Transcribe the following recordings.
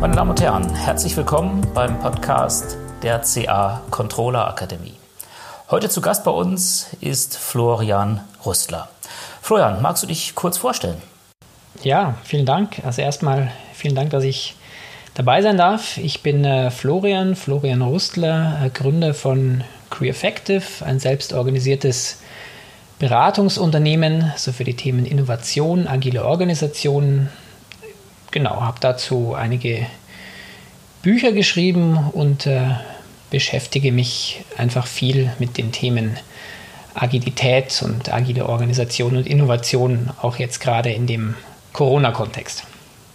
Meine Damen und Herren, herzlich willkommen beim Podcast der CA Controller Akademie. Heute zu Gast bei uns ist Florian Rüstler. Florian, magst du dich kurz vorstellen? Ja, vielen Dank. Also erstmal vielen Dank, dass ich dabei sein darf. Ich bin Florian Rüstler, Gründer von CreEffective, ein selbstorganisiertes Beratungsunternehmen, so für die Themen Innovation, agile Organisation. Genau, habe dazu einige Bücher geschrieben und beschäftige mich einfach viel mit den Themen Agilität und agile Organisation und Innovation, auch jetzt gerade in dem Corona-Kontext.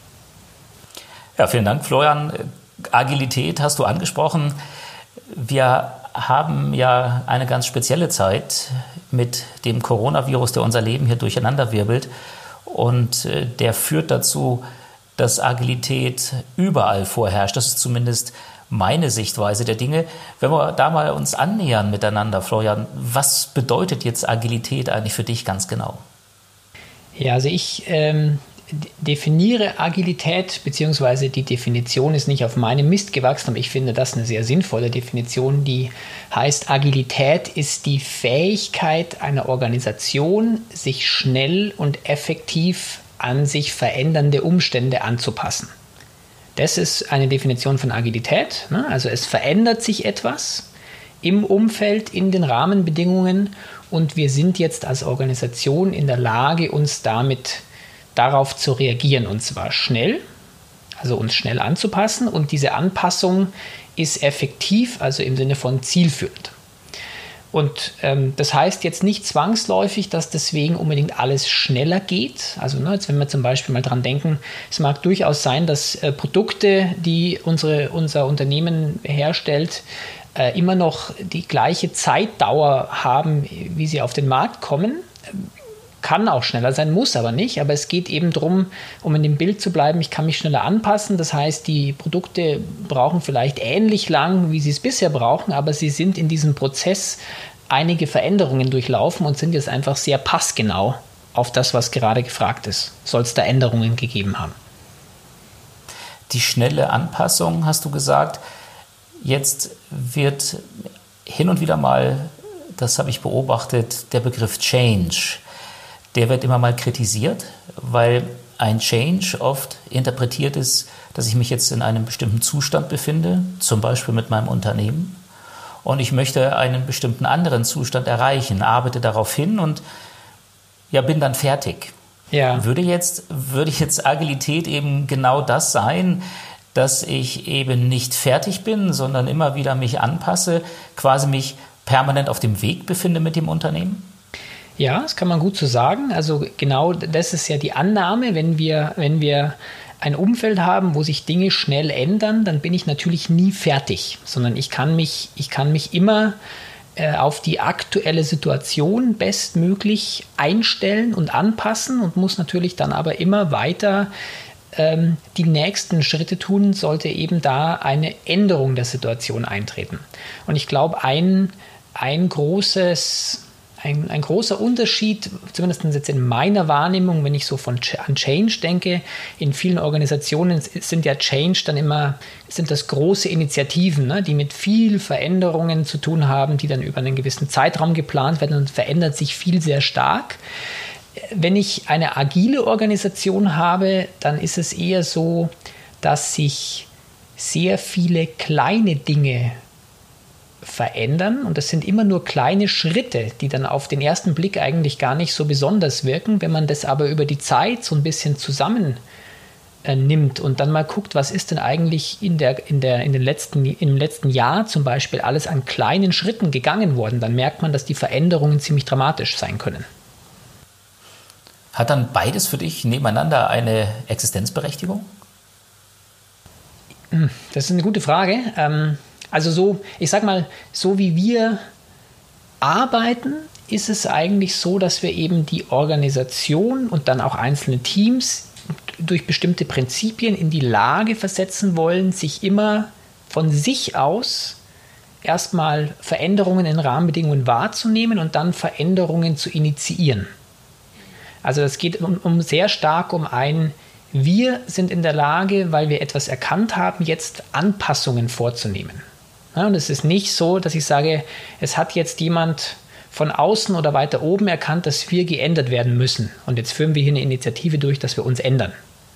Ja, vielen Dank, Florian. Agilität hast du angesprochen. Wir haben ja eine ganz spezielle Zeit mit dem Coronavirus, der unser Leben hier durcheinanderwirbelt. Und der führt dazu, dass Agilität überall vorherrscht. Das ist zumindest meine Sichtweise der Dinge. Wenn wir da mal uns annähern miteinander, Florian, was bedeutet jetzt Agilität eigentlich für dich ganz genau? Ja, also ich definiere Agilität, beziehungsweise die Definition ist nicht auf meinem Mist gewachsen, aber ich finde das eine sehr sinnvolle Definition, die heißt, Agilität ist die Fähigkeit einer Organisation, sich schnell und effektiv an sich verändernde Umstände anzupassen. Das ist eine Definition von Agilität. Also es verändert sich etwas im Umfeld, in den Rahmenbedingungen und wir sind jetzt als Organisation in der Lage, uns darauf zu reagieren und zwar schnell, also uns schnell anzupassen und diese Anpassung ist effektiv, also im Sinne von zielführend. Und das heißt jetzt nicht zwangsläufig, dass deswegen unbedingt alles schneller geht. Also jetzt wenn wir zum Beispiel mal dran denken, es mag durchaus sein, dass Produkte, die unser Unternehmen herstellt, immer noch die gleiche Zeitdauer haben, wie sie auf den Markt kommen. Kann auch schneller sein, muss aber nicht. Aber es geht eben darum, um in dem Bild zu bleiben, ich kann mich schneller anpassen. Das heißt, die Produkte brauchen vielleicht ähnlich lang, wie sie es bisher brauchen, aber sie sind in diesem Prozess einige Veränderungen durchlaufen und sind jetzt einfach sehr passgenau auf das, was gerade gefragt ist. Soll es da Änderungen gegeben haben? Die schnelle Anpassung, hast du gesagt. Jetzt wird hin und wieder mal, das habe ich beobachtet, der Begriff Change. Der wird immer mal kritisiert, weil ein Change oft interpretiert ist, dass ich mich jetzt in einem bestimmten Zustand befinde, zum Beispiel mit meinem Unternehmen, und ich möchte einen bestimmten anderen Zustand erreichen, arbeite darauf hin und ja, bin dann fertig. Ja. Würde jetzt Agilität eben genau das sein, dass ich eben nicht fertig bin, sondern immer wieder mich anpasse, quasi mich permanent auf dem Weg befinde mit dem Unternehmen? Ja, das kann man gut so sagen. Also genau das ist ja die Annahme, wenn wir ein Umfeld haben, wo sich Dinge schnell ändern, dann bin ich natürlich nie fertig, sondern ich kann mich immer auf die aktuelle Situation bestmöglich einstellen und anpassen und muss natürlich dann aber immer weiter die nächsten Schritte tun, sollte eben da eine Änderung der Situation eintreten. Und ich glaube, ein großer Unterschied, zumindest jetzt in meiner Wahrnehmung, wenn ich so an Change denke, in vielen Organisationen sind ja Change dann immer, sind das große Initiativen, ne, die mit viel Veränderungen zu tun haben, die dann über einen gewissen Zeitraum geplant werden und verändert sich viel sehr stark. Wenn ich eine agile Organisation habe, dann ist es eher so, dass sich sehr viele kleine Dinge verändern und das sind immer nur kleine Schritte, die dann auf den ersten Blick eigentlich gar nicht so besonders wirken. Wenn man das aber über die Zeit so ein bisschen zusammen nimmt und dann mal guckt, was ist denn eigentlich im letzten Jahr zum Beispiel alles an kleinen Schritten gegangen worden, dann merkt man, dass die Veränderungen ziemlich dramatisch sein können. Hat dann beides für dich nebeneinander eine Existenzberechtigung? Das ist eine gute Frage. Also ich sag mal, so wie wir arbeiten, ist es eigentlich so, dass wir eben die Organisation und dann auch einzelne Teams durch bestimmte Prinzipien in die Lage versetzen wollen, sich immer von sich aus erstmal Veränderungen in Rahmenbedingungen wahrzunehmen und dann Veränderungen zu initiieren. Also es geht sehr stark um ein wir sind in der Lage, weil wir etwas erkannt haben, jetzt Anpassungen vorzunehmen. Ja, und es ist nicht so, dass ich sage, es hat jetzt jemand von außen oder weiter oben erkannt, dass wir geändert werden müssen. Und jetzt führen wir hier eine Initiative durch, dass wir uns ändern.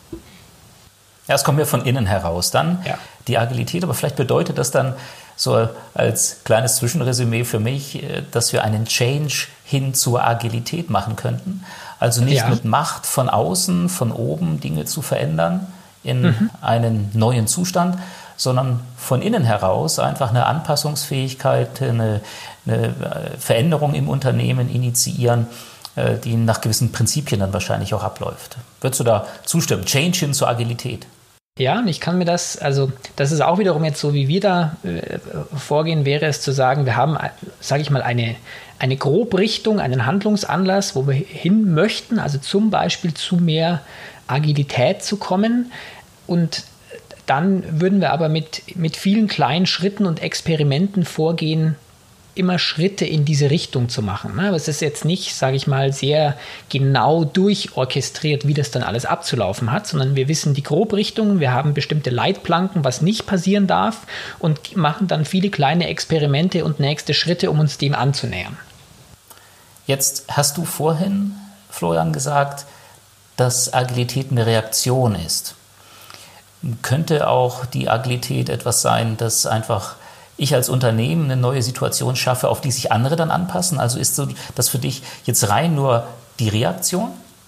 Ja, es kommt ja von innen heraus dann, die Agilität. Aber vielleicht bedeutet das dann so als kleines Zwischenresümee für mich, dass wir einen Change hin zur Agilität machen könnten. Also nicht mit Macht von außen, von oben Dinge zu verändern in einen neuen Zustand, sondern von innen heraus einfach eine Anpassungsfähigkeit, eine Veränderung im Unternehmen initiieren, die nach gewissen Prinzipien dann wahrscheinlich auch abläuft. Würdest du da zustimmen? Change hin zur Agilität. Ja, und ich kann mir das ist auch wiederum jetzt so, wie wir da vorgehen, wäre es zu sagen, wir haben, sage ich mal, eine Grobrichtung, einen Handlungsanlass, wo wir hin möchten, also zum Beispiel zu mehr Agilität zu kommen, und dann würden wir aber mit vielen kleinen Schritten und Experimenten vorgehen, immer Schritte in diese Richtung zu machen. Aber es ist jetzt nicht, sage ich mal, sehr genau durchorchestriert, wie das dann alles abzulaufen hat, sondern wir wissen die Grobrichtungen, wir haben bestimmte Leitplanken, was nicht passieren darf, und machen dann viele kleine Experimente und nächste Schritte, um uns dem anzunähern. Jetzt hast du vorhin, Florian, gesagt, dass Agilität eine Reaktion ist. Könnte auch die Agilität etwas sein, dass einfach ich als Unternehmen eine neue Situation schaffe, auf die sich andere dann anpassen? Also ist so das für dich jetzt rein nur die Reaktion?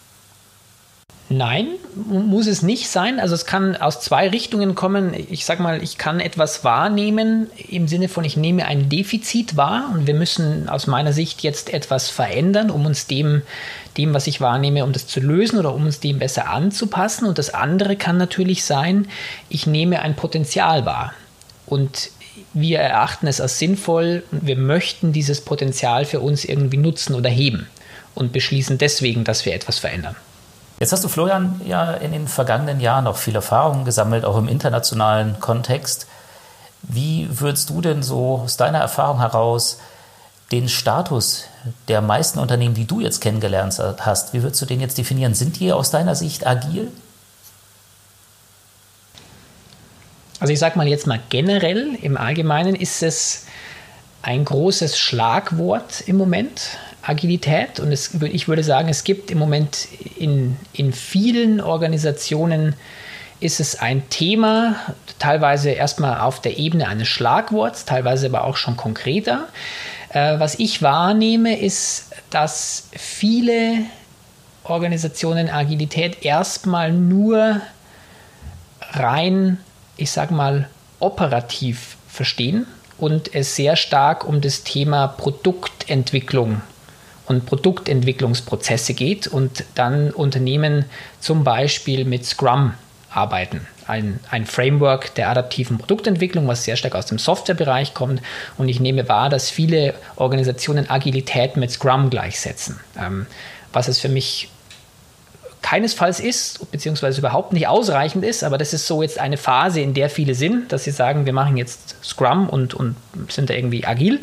Nein, muss es nicht sein. Also es kann aus zwei Richtungen kommen. Ich sage mal, ich kann etwas wahrnehmen im Sinne von, ich nehme ein Defizit wahr und wir müssen aus meiner Sicht jetzt etwas verändern, um uns dem, was ich wahrnehme, um das zu lösen oder um uns dem besser anzupassen. Und das andere kann natürlich sein, ich nehme ein Potenzial wahr und wir erachten es als sinnvoll und wir möchten dieses Potenzial für uns irgendwie nutzen oder heben und beschließen deswegen, dass wir etwas verändern. Jetzt hast du, Florian, ja in den vergangenen Jahren auch viel Erfahrung gesammelt, auch im internationalen Kontext. Wie würdest du denn so aus deiner Erfahrung heraus den Status der meisten Unternehmen, die du jetzt kennengelernt hast, wie würdest du den jetzt definieren? Sind die aus deiner Sicht agil? Also ich sage mal jetzt mal generell, im Allgemeinen ist es ein großes Schlagwort im Moment, Agilität. Und ich würde sagen, es gibt im Moment in vielen Organisationen ist es ein Thema, teilweise erstmal auf der Ebene eines Schlagworts, teilweise aber auch schon konkreter. Was ich wahrnehme, ist, dass viele Organisationen Agilität erstmal nur rein, ich sage mal, operativ verstehen und es sehr stark um das Thema Produktentwicklung und Produktentwicklungsprozesse geht und dann Unternehmen zum Beispiel mit Scrum arbeiten. Ein Framework der adaptiven Produktentwicklung, was sehr stark aus dem Softwarebereich kommt. Und ich nehme wahr, dass viele Organisationen Agilität mit Scrum gleichsetzen. Was es für mich keinesfalls ist, beziehungsweise überhaupt nicht ausreichend ist, aber das ist so jetzt eine Phase, in der viele sind, dass sie sagen, wir machen jetzt Scrum und sind da irgendwie agil.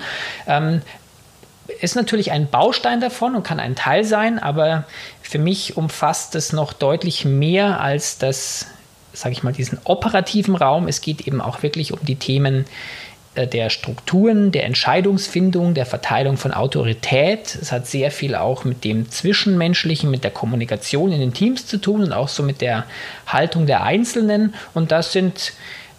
Ist natürlich ein Baustein davon und kann ein Teil sein, aber für mich umfasst es noch deutlich mehr als das, sage ich mal, diesen operativen Raum. Es geht eben auch wirklich um die Themen der Strukturen, der Entscheidungsfindung, der Verteilung von Autorität. Es hat sehr viel auch mit dem Zwischenmenschlichen, mit der Kommunikation in den Teams zu tun und auch so mit der Haltung der Einzelnen. Und das sind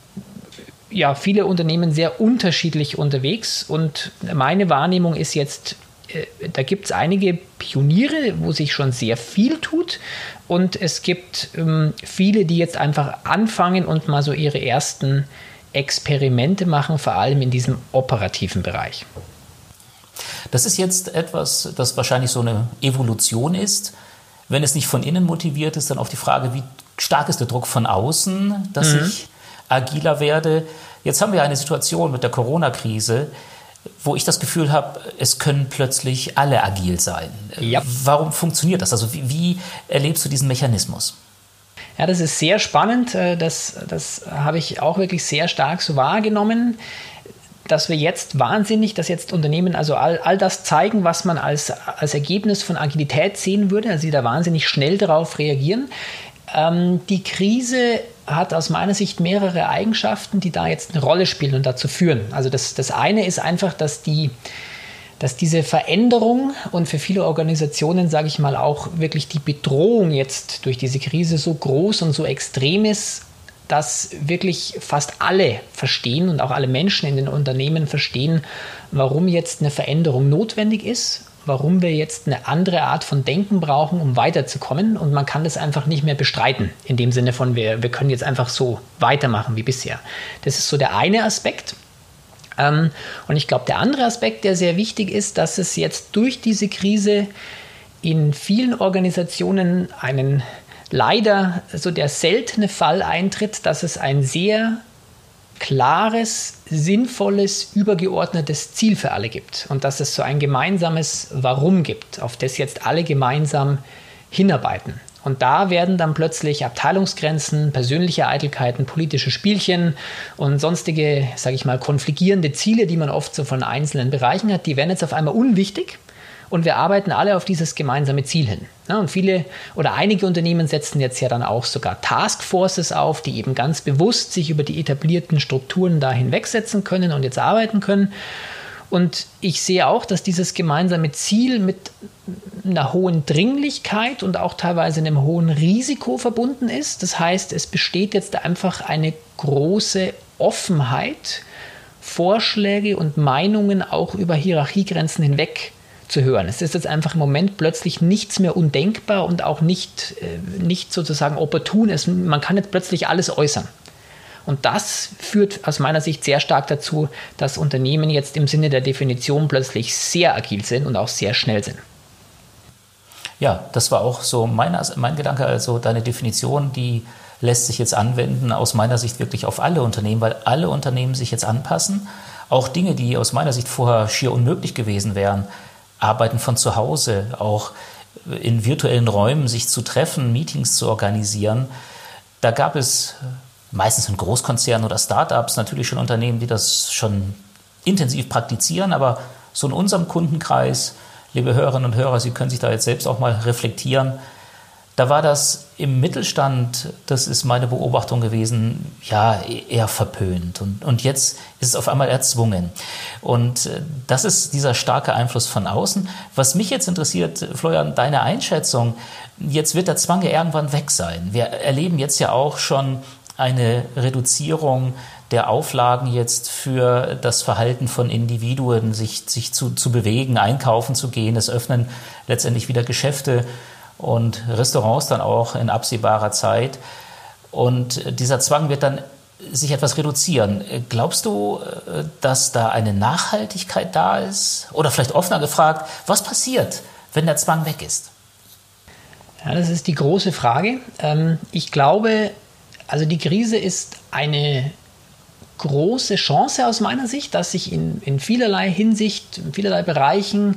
ja viele Unternehmen sehr unterschiedlich unterwegs. Und meine Wahrnehmung ist jetzt, da gibt es einige Pioniere, wo sich schon sehr viel tut. Und es gibt viele, die jetzt einfach anfangen und mal so ihre ersten Experimente machen, vor allem in diesem operativen Bereich. Das ist jetzt etwas, das wahrscheinlich so eine Evolution ist. Wenn es nicht von innen motiviert ist, dann auf die Frage, wie stark ist der Druck von außen, dass ich agiler werde. Jetzt haben wir eine Situation mit der Corona-Krise, wo ich das Gefühl habe, es können plötzlich alle agil sein. Ja. Warum funktioniert das? Also wie erlebst du diesen Mechanismus? Ja, das ist sehr spannend. Das habe ich auch wirklich sehr stark so wahrgenommen, dass jetzt Unternehmen also all das zeigen, was man als Ergebnis von Agilität sehen würde, also die da wahnsinnig schnell darauf reagieren. Die Krise hat aus meiner Sicht mehrere Eigenschaften, die da jetzt eine Rolle spielen und dazu führen. Also das eine ist einfach, dass diese Veränderung und für viele Organisationen, sage ich mal, auch wirklich die Bedrohung jetzt durch diese Krise so groß und so extrem ist, dass wirklich fast alle verstehen und auch alle Menschen in den Unternehmen verstehen, warum jetzt eine Veränderung notwendig ist, warum wir jetzt eine andere Art von Denken brauchen, um weiterzukommen. Und man kann das einfach nicht mehr bestreiten, in dem Sinne von, wir können jetzt einfach so weitermachen wie bisher. Das ist so der eine Aspekt. Und ich glaube, der andere Aspekt, der sehr wichtig ist, dass es jetzt durch diese Krise in vielen Organisationen leider so der seltene Fall eintritt, dass es ein sehr klares, sinnvolles, übergeordnetes Ziel für alle gibt und dass es so ein gemeinsames Warum gibt, auf das jetzt alle gemeinsam hinarbeiten. Und da werden dann plötzlich Abteilungsgrenzen, persönliche Eitelkeiten, politische Spielchen und sonstige, sage ich mal, konfligierende Ziele, die man oft so von einzelnen Bereichen hat, die werden jetzt auf einmal unwichtig. Und wir arbeiten alle auf dieses gemeinsame Ziel hin. Ja, und viele oder einige Unternehmen setzen jetzt ja dann auch sogar Taskforces auf, die eben ganz bewusst sich über die etablierten Strukturen da hinwegsetzen können und jetzt arbeiten können. Und ich sehe auch, dass dieses gemeinsame Ziel mit einer hohen Dringlichkeit und auch teilweise einem hohen Risiko verbunden ist. Das heißt, es besteht jetzt einfach eine große Offenheit, Vorschläge und Meinungen auch über Hierarchiegrenzen hinweg zu hören. Es ist jetzt einfach im Moment plötzlich nichts mehr undenkbar und auch nicht sozusagen opportun. Man kann jetzt plötzlich alles äußern. Und das führt aus meiner Sicht sehr stark dazu, dass Unternehmen jetzt im Sinne der Definition plötzlich sehr agil sind und auch sehr schnell sind. Ja, das war auch so mein Gedanke. Also deine Definition, die lässt sich jetzt anwenden, aus meiner Sicht wirklich auf alle Unternehmen, weil alle Unternehmen sich jetzt anpassen. Auch Dinge, die aus meiner Sicht vorher schier unmöglich gewesen wären, Arbeiten von zu Hause, auch in virtuellen Räumen sich zu treffen, Meetings zu organisieren. Da gab es meistens in Großkonzernen oder Startups natürlich schon Unternehmen, die das schon intensiv praktizieren, aber so in unserem Kundenkreis, liebe Hörerinnen und Hörer, Sie können sich da jetzt selbst auch mal reflektieren, da war das im Mittelstand, das ist meine Beobachtung gewesen, ja, eher verpönt. Und jetzt ist es auf einmal erzwungen. Und das ist dieser starke Einfluss von außen. Was mich jetzt interessiert, Florian, deine Einschätzung, jetzt wird der Zwang ja irgendwann weg sein. Wir erleben jetzt ja auch schon eine Reduzierung der Auflagen jetzt für das Verhalten von Individuen, sich zu bewegen, einkaufen zu gehen. Es öffnen letztendlich wieder Geschäfte und Restaurants dann auch in absehbarer Zeit. Und dieser Zwang wird dann sich etwas reduzieren. Glaubst du, dass da eine Nachhaltigkeit da ist? Oder vielleicht offener gefragt, was passiert, wenn der Zwang weg ist? Ja, das ist die große Frage. Ich glaube, also die Krise ist eine große Chance aus meiner Sicht, dass sich in vielerlei Hinsicht, in vielerlei Bereichen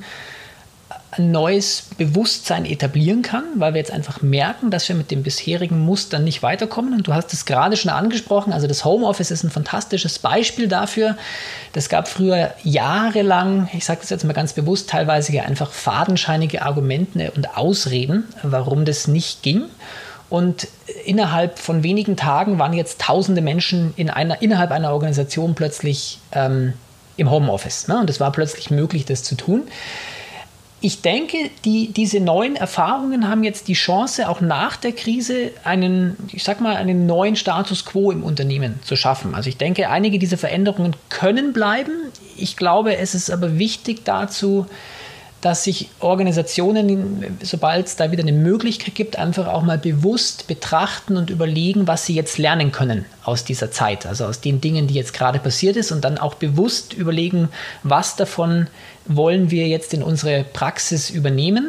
ein neues Bewusstsein etablieren kann, weil wir jetzt einfach merken, dass wir mit den bisherigen Mustern nicht weiterkommen. Und du hast es gerade schon angesprochen, also das Homeoffice ist ein fantastisches Beispiel dafür. Das gab früher jahrelang, ich sage das jetzt mal ganz bewusst, teilweise einfach fadenscheinige Argumente und Ausreden, warum das nicht ging. Und innerhalb von wenigen Tagen waren jetzt tausende Menschen innerhalb einer Organisation plötzlich im Homeoffice. Ne? Und es war plötzlich möglich, das zu tun. Ich denke, diese neuen Erfahrungen haben jetzt die Chance, auch nach der Krise einen neuen Status quo im Unternehmen zu schaffen. Also ich denke, einige dieser Veränderungen können bleiben. Ich glaube, es ist aber wichtig dazu, dass sich Organisationen, sobald es da wieder eine Möglichkeit gibt, einfach auch mal bewusst betrachten und überlegen, was sie jetzt lernen können aus dieser Zeit, also aus den Dingen, die jetzt gerade passiert ist und dann auch bewusst überlegen, was davon wollen wir jetzt in unsere Praxis übernehmen.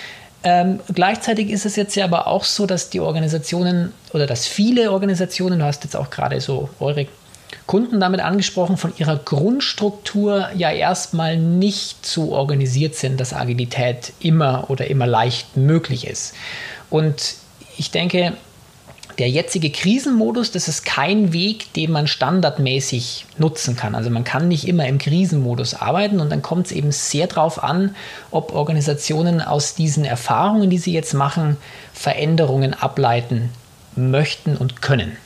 Gleichzeitig ist es jetzt ja aber auch so, dass die Organisationen oder dass viele Organisationen, du hast jetzt auch gerade so eure Kunden damit angesprochen, von ihrer Grundstruktur ja erstmal nicht so organisiert sind, dass Agilität immer leicht möglich ist. Und ich denke, der jetzige Krisenmodus, das ist kein Weg, den man standardmäßig nutzen kann. Also man kann nicht immer im Krisenmodus arbeiten und dann kommt es eben sehr darauf an, ob Organisationen aus diesen Erfahrungen, die sie jetzt machen, Veränderungen ableiten möchten und können.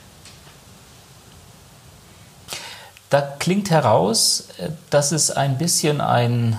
Da klingt heraus, dass es ein bisschen ein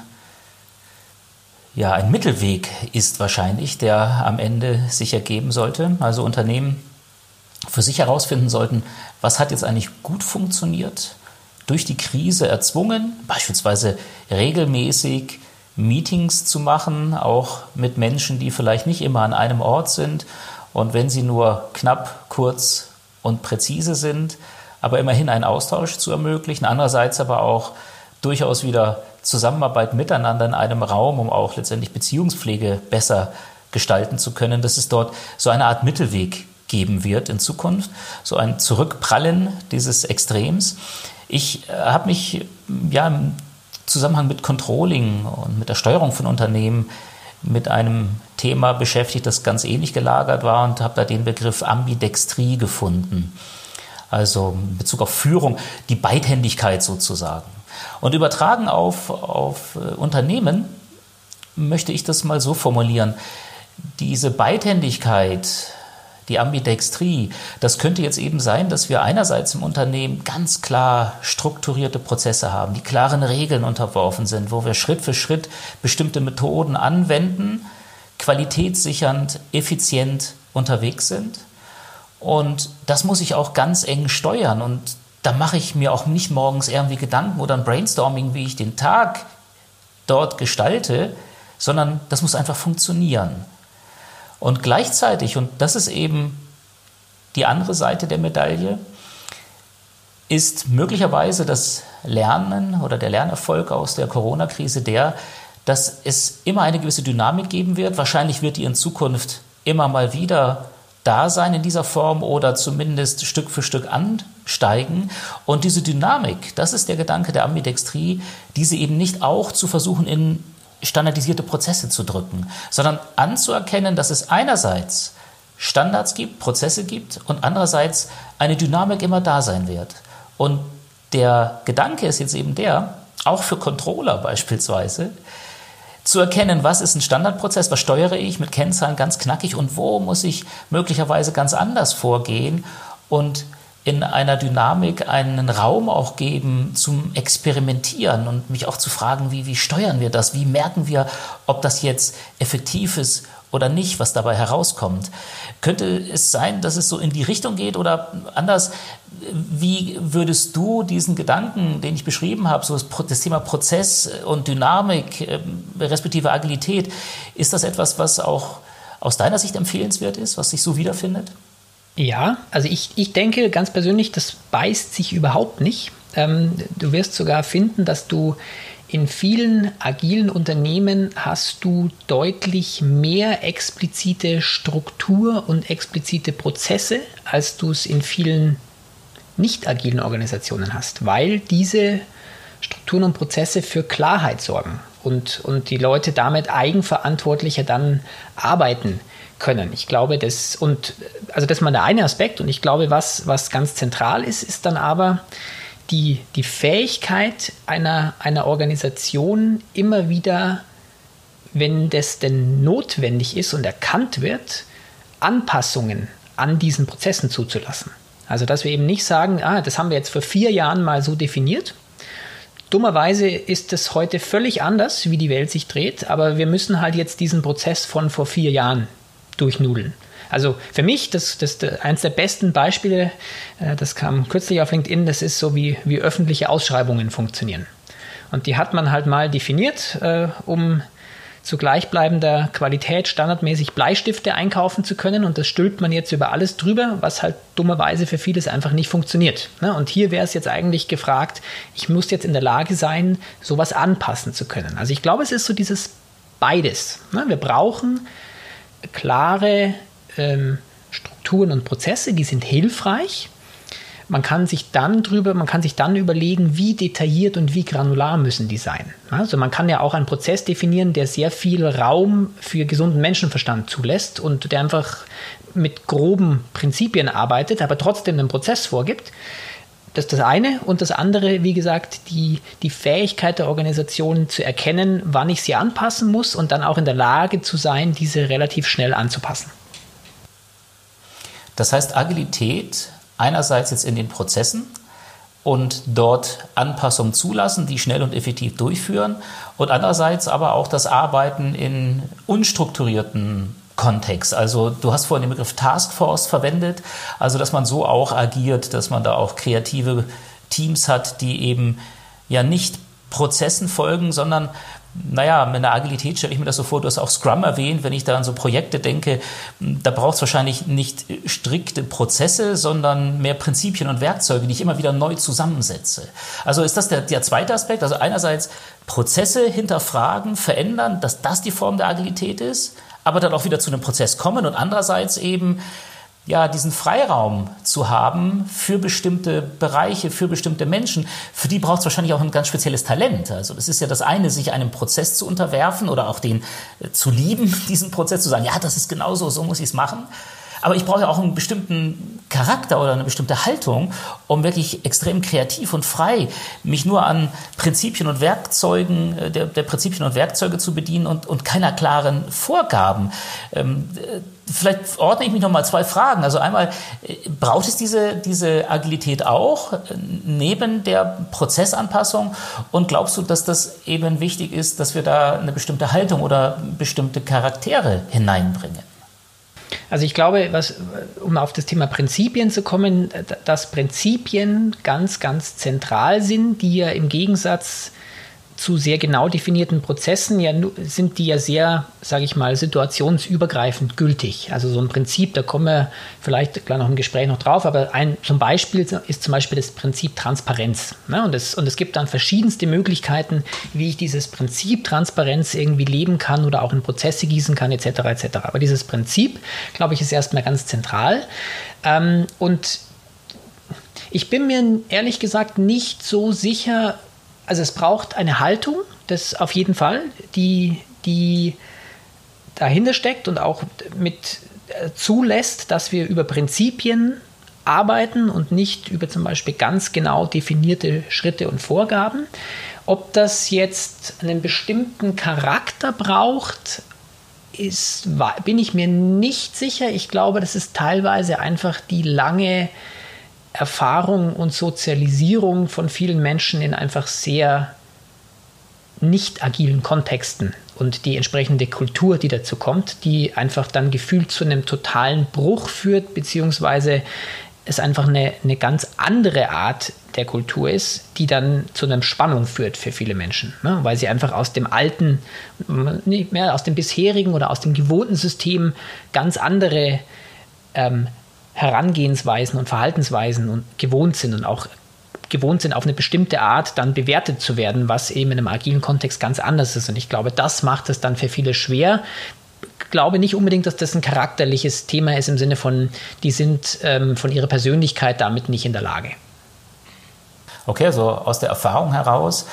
Mittelweg ist wahrscheinlich, der am Ende sich ergeben sollte. Also Unternehmen für sich herausfinden sollten, was hat jetzt eigentlich gut funktioniert, durch die Krise erzwungen, beispielsweise regelmäßig Meetings zu machen, auch mit Menschen, die vielleicht nicht immer an einem Ort sind und wenn sie nur knapp, kurz und präzise sind, aber immerhin einen Austausch zu ermöglichen, andererseits aber auch durchaus wieder Zusammenarbeit miteinander in einem Raum, um auch letztendlich Beziehungspflege besser gestalten zu können, dass es dort so eine Art Mittelweg geben wird in Zukunft, so ein Zurückprallen dieses Extrems. Ich habe mich im Zusammenhang mit Controlling und mit der Steuerung von Unternehmen mit einem Thema beschäftigt, das ganz ähnlich gelagert war und habe da den Begriff Ambidextrie gefunden. Also in Bezug auf Führung, die Beidhändigkeit sozusagen. Und übertragen auf Unternehmen möchte ich das mal so formulieren. Diese Beidhändigkeit, die Ambidextrie, das könnte jetzt eben sein, dass wir einerseits im Unternehmen ganz klar strukturierte Prozesse haben, die klaren Regeln unterworfen sind, wo wir Schritt für Schritt bestimmte Methoden anwenden, qualitätssichernd, effizient unterwegs sind. Und das muss ich auch ganz eng steuern. Und da mache ich mir auch nicht morgens irgendwie Gedanken oder ein Brainstorming, wie ich den Tag dort gestalte, sondern das muss einfach funktionieren. Und gleichzeitig, und das ist eben die andere Seite der Medaille, ist möglicherweise das Lernen oder der Lernerfolg aus der Corona-Krise der, dass es immer eine gewisse Dynamik geben wird. Wahrscheinlich wird die in Zukunft immer mal wieder da sein in dieser Form oder zumindest Stück für Stück ansteigen. Und diese Dynamik, das ist der Gedanke der Ambidextrie, diese eben nicht auch zu versuchen, in standardisierte Prozesse zu drücken, sondern anzuerkennen, dass es einerseits Standards gibt, Prozesse gibt und andererseits eine Dynamik immer da sein wird. Und der Gedanke ist jetzt eben der, auch für Controller beispielsweise, zu erkennen, was ist ein Standardprozess, was steuere ich mit Kennzahlen ganz knackig und wo muss ich möglicherweise ganz anders vorgehen und in einer Dynamik einen Raum auch geben zum Experimentieren und mich auch zu fragen, wie steuern wir das, wie merken wir, ob das jetzt effektiv ist oder nicht, was dabei herauskommt. Könnte es sein, dass es so in die Richtung geht oder anders, wie würdest du diesen Gedanken, den ich beschrieben habe, so das Thema Prozess und Dynamik, respektive Agilität, ist das etwas, was auch aus deiner Sicht empfehlenswert ist, was sich so wiederfindet? Ja, also ich denke ganz persönlich, das beißt sich überhaupt nicht. Du wirst sogar finden, dass du in vielen agilen Unternehmen hast du deutlich mehr explizite Struktur und explizite Prozesse, als du es in vielen nicht agilen Organisationen hast, weil diese Strukturen und Prozesse für Klarheit sorgen und die Leute damit eigenverantwortlicher dann arbeiten können. Ich glaube, das ist mal der eine Aspekt und ich glaube, was ganz zentral ist, ist dann aber die Fähigkeit einer Organisation immer wieder, wenn das denn notwendig ist und erkannt wird, Anpassungen an diesen Prozessen zuzulassen. Also, dass wir eben nicht sagen, das haben wir jetzt vor 4 Jahren mal so definiert. Dummerweise ist es heute völlig anders, wie die Welt sich dreht, aber wir müssen halt jetzt diesen Prozess von vor 4 Jahren durchnudeln. Also für mich, das eines der besten Beispiele, das kam kürzlich auf LinkedIn, das ist so, wie öffentliche Ausschreibungen funktionieren. Und die hat man halt mal definiert, um zu gleichbleibender Qualität standardmäßig Bleistifte einkaufen zu können. Und das stülpt man jetzt über alles drüber, was halt dummerweise für vieles einfach nicht funktioniert. Und hier wäre es jetzt eigentlich gefragt, ich muss jetzt in der Lage sein, sowas anpassen zu können. Also ich glaube, es ist so dieses beides. Wir brauchen klare Strukturen und Prozesse, die sind hilfreich. Man kann sich dann überlegen, wie detailliert und wie granular müssen die sein. Also man kann ja auch einen Prozess definieren, der sehr viel Raum für gesunden Menschenverstand zulässt und der einfach mit groben Prinzipien arbeitet, aber trotzdem einen Prozess vorgibt. Das ist das eine. Und das andere, wie gesagt, die Fähigkeit der Organisation zu erkennen, wann ich sie anpassen muss und dann auch in der Lage zu sein, diese relativ schnell anzupassen. Das heißt Agilität einerseits jetzt in den Prozessen und dort Anpassungen zulassen, die schnell und effektiv durchführen und andererseits aber auch das Arbeiten in unstrukturierten Kontext. Also du hast vorhin den Begriff Taskforce verwendet, also dass man so auch agiert, dass man da auch kreative Teams hat, die eben ja nicht Prozessen folgen, sondern naja, mit der Agilität stelle ich mir das so vor, du hast auch Scrum erwähnt, wenn ich da an so Projekte denke, da braucht es wahrscheinlich nicht strikte Prozesse, sondern mehr Prinzipien und Werkzeuge, die ich immer wieder neu zusammensetze. Also ist das der zweite Aspekt, also einerseits Prozesse hinterfragen, verändern, dass das die Form der Agilität ist, aber dann auch wieder zu einem Prozess kommen und andererseits eben ja, diesen Freiraum zu haben für bestimmte Bereiche, für bestimmte Menschen, für die braucht es wahrscheinlich auch ein ganz spezielles Talent. Also das ist ja das eine, sich einem Prozess zu unterwerfen oder auch den zu lieben, diesen Prozess zu sagen, ja, das ist genauso, so muss ich es machen. Aber ich brauche ja auch einen bestimmten Charakter oder eine bestimmte Haltung, um wirklich extrem kreativ und frei mich nur an Prinzipien und Werkzeugen, der Prinzipien und Werkzeuge zu bedienen und keiner klaren Vorgaben. Vielleicht ordne ich mich noch mal 2 Fragen. Also einmal, braucht es diese Agilität auch neben der Prozessanpassung? Und glaubst du, dass das eben wichtig ist, dass wir da eine bestimmte Haltung oder bestimmte Charaktere hineinbringen? Also ich glaube, um auf das Thema Prinzipien zu kommen, dass Prinzipien ganz, ganz zentral sind, die ja im Gegensatz zu sehr genau definierten Prozessen sind die ja sehr, sage ich mal, situationsübergreifend gültig. Also so ein Prinzip, da kommen wir vielleicht gleich noch im Gespräch noch drauf, aber zum Beispiel ist zum Beispiel das Prinzip Transparenz. Ne? Und es gibt dann verschiedenste Möglichkeiten, wie ich dieses Prinzip Transparenz irgendwie leben kann oder auch in Prozesse gießen kann, etc. etc. Aber dieses Prinzip, glaube ich, ist erstmal ganz zentral. Und ich bin mir ehrlich gesagt nicht so sicher. Also es braucht eine Haltung, das auf jeden Fall, die dahinter steckt und auch mit zulässt, dass wir über Prinzipien arbeiten und nicht über zum Beispiel ganz genau definierte Schritte und Vorgaben. Ob das jetzt einen bestimmten Charakter braucht, bin ich mir nicht sicher. Ich glaube, das ist teilweise einfach die lange Erfahrung und Sozialisierung von vielen Menschen in einfach sehr nicht agilen Kontexten und die entsprechende Kultur, die dazu kommt, die einfach dann gefühlt zu einem totalen Bruch führt, beziehungsweise es einfach eine ganz andere Art der Kultur ist, die dann zu einer Spannung führt für viele Menschen, ne? Weil sie einfach aus dem alten, nicht mehr aus dem bisherigen oder aus dem gewohnten System ganz andere Herangehensweisen und Verhaltensweisen und gewohnt sind und auch gewohnt sind, auf eine bestimmte Art dann bewertet zu werden, was eben in einem agilen Kontext ganz anders ist. Und ich glaube, das macht es dann für viele schwer. Ich glaube nicht unbedingt, dass das ein charakterliches Thema ist im Sinne von, die sind von ihrer Persönlichkeit damit nicht in der Lage. Okay, also aus der Erfahrung heraus,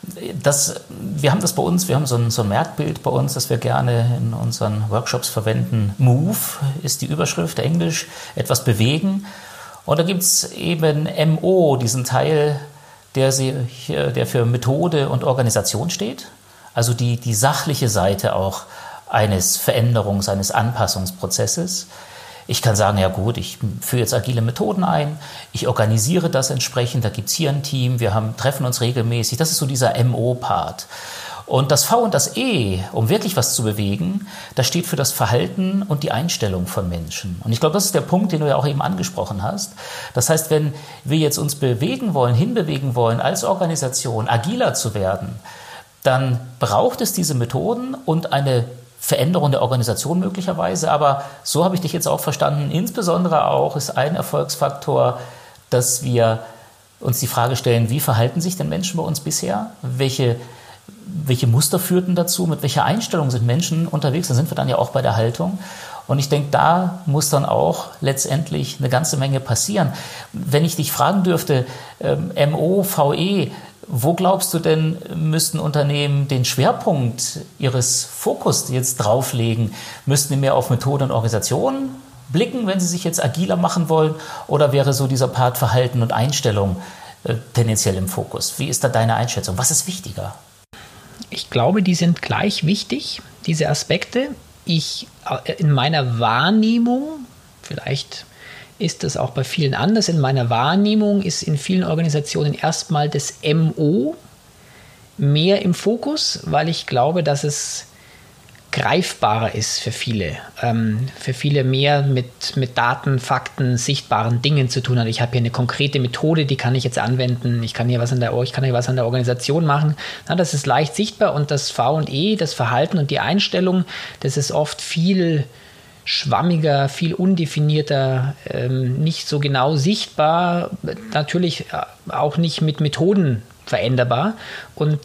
wir haben das bei uns, wir haben so ein Merkbild bei uns, das wir gerne in unseren Workshops verwenden. Move ist die Überschrift, Englisch, etwas bewegen. Und da gibt es eben MO, diesen Teil, der für Methode und Organisation steht. Also die sachliche Seite auch eines eines Anpassungsprozesses. Ich kann sagen, ja gut, ich führe jetzt agile Methoden ein, ich organisiere das entsprechend, da gibt es hier ein Team, treffen uns regelmäßig, das ist so dieser MO-Part. Und das V und das E, um wirklich was zu bewegen, das steht für das Verhalten und die Einstellung von Menschen. Und ich glaube, das ist der Punkt, den du ja auch eben angesprochen hast. Das heißt, wenn wir jetzt uns hinbewegen wollen, als Organisation agiler zu werden, dann braucht es diese Methoden und eine Veränderung der Organisation möglicherweise, aber so habe ich dich jetzt auch verstanden, insbesondere auch ist ein Erfolgsfaktor, dass wir uns die Frage stellen, wie verhalten sich denn Menschen bei uns bisher? Welche Muster führten dazu? Mit welcher Einstellung sind Menschen unterwegs? Da sind wir dann ja auch bei der Haltung. Und ich denke, da muss dann auch letztendlich eine ganze Menge passieren. Wenn ich dich fragen dürfte, MO, VE, wo glaubst du denn, müssten Unternehmen den Schwerpunkt ihres Fokus jetzt drauflegen? Müssten die mehr auf Methode und Organisation blicken, wenn sie sich jetzt agiler machen wollen? Oder wäre so dieser Part Verhalten und Einstellung tendenziell im Fokus? Wie ist da deine Einschätzung? Was ist wichtiger? Ich glaube, die sind gleich wichtig, diese Aspekte. In meiner Wahrnehmung, vielleicht ist das auch bei vielen anders. In meiner Wahrnehmung ist in vielen Organisationen erstmal das MO mehr im Fokus, weil ich glaube, dass es greifbarer ist für viele. Für viele mehr mit Daten, Fakten, sichtbaren Dingen zu tun hat. Ich habe hier eine konkrete Methode, die kann ich jetzt anwenden. Ich kann hier was an der Organisation machen. Na, das ist leicht sichtbar und das V&E, das Verhalten und die Einstellung, das ist oft viel schwammiger, viel undefinierter, nicht so genau sichtbar, natürlich auch nicht mit Methoden veränderbar. Und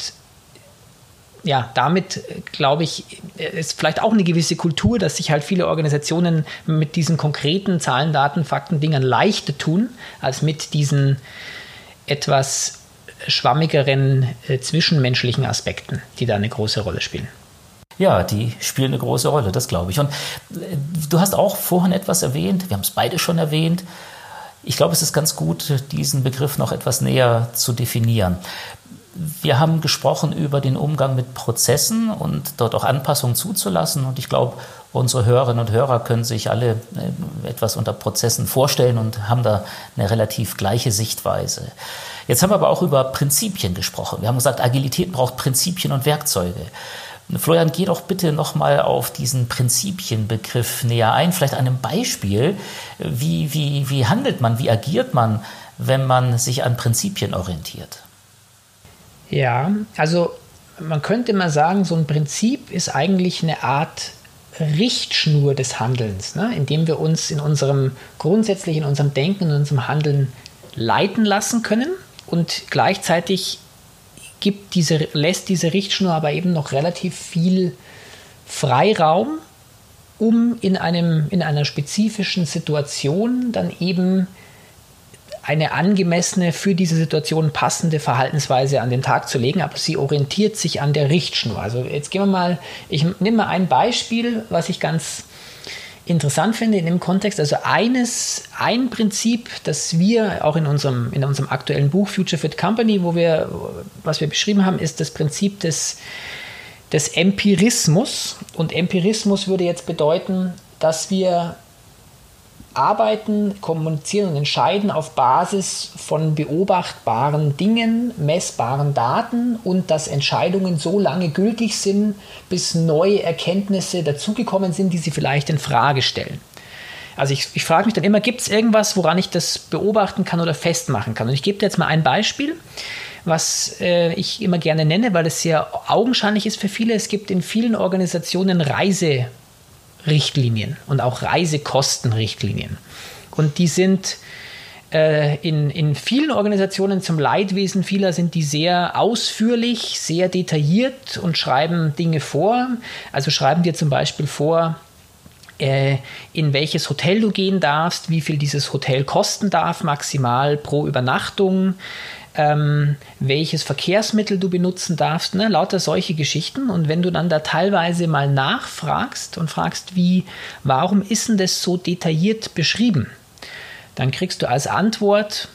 ja, damit glaube ich, ist vielleicht auch eine gewisse Kultur, dass sich halt viele Organisationen mit diesen konkreten Zahlen, Daten, Fakten, Dingern leichter tun, als mit diesen etwas schwammigeren zwischenmenschlichen Aspekten, die da eine große Rolle spielen. Ja, die spielen eine große Rolle, das glaube ich. Und du hast auch vorhin etwas erwähnt, wir haben es beide schon erwähnt. Ich glaube, es ist ganz gut, diesen Begriff noch etwas näher zu definieren. Wir haben gesprochen über den Umgang mit Prozessen und dort auch Anpassungen zuzulassen. Und ich glaube, unsere Hörerinnen und Hörer können sich alle etwas unter Prozessen vorstellen und haben da eine relativ gleiche Sichtweise. Jetzt haben wir aber auch über Prinzipien gesprochen. Wir haben gesagt, Agilität braucht Prinzipien und Werkzeuge. Florian, geh doch bitte nochmal auf diesen Prinzipienbegriff näher ein. Vielleicht an einem Beispiel. Wie handelt man, wie agiert man, wenn man sich an Prinzipien orientiert? Ja, also man könnte mal sagen, so ein Prinzip ist eigentlich eine Art Richtschnur des Handelns, ne? Indem wir uns grundsätzlich in unserem Denken, in unserem Handeln leiten lassen können und gleichzeitig lässt diese Richtschnur aber eben noch relativ viel Freiraum, um in einer spezifischen Situation dann eben eine angemessene, für diese Situation passende Verhaltensweise an den Tag zu legen, aber sie orientiert sich an der Richtschnur. Also jetzt ich nehme mal ein Beispiel, was ich ganz interessant finde in dem Kontext. Also ein Prinzip, das wir auch in unserem aktuellen Buch Future Fit Company, was wir beschrieben haben, ist das Prinzip des Empirismus. Und Empirismus würde jetzt bedeuten, dass wir arbeiten, kommunizieren und entscheiden auf Basis von beobachtbaren Dingen, messbaren Daten und dass Entscheidungen so lange gültig sind, bis neue Erkenntnisse dazugekommen sind, die sie vielleicht in Frage stellen. Also ich frage mich dann immer, gibt es irgendwas, woran ich das beobachten kann oder festmachen kann? Und ich gebe dir jetzt mal ein Beispiel, was ich immer gerne nenne, weil es sehr augenscheinlich ist für viele. Es gibt in vielen Organisationen Reiserichtlinien und auch Reisekostenrichtlinien. Und die sind in vielen Organisationen zum Leidwesen vieler sind die sehr ausführlich, sehr detailliert und schreiben Dinge vor. Also schreiben dir zum Beispiel vor, in welches Hotel du gehen darfst, wie viel dieses Hotel kosten darf, maximal pro Übernachtung, welches Verkehrsmittel du benutzen darfst, ne? Lauter solche Geschichten. Und wenn du dann da teilweise mal nachfragst und fragst, warum ist denn das so detailliert beschrieben, dann kriegst du als Antwort,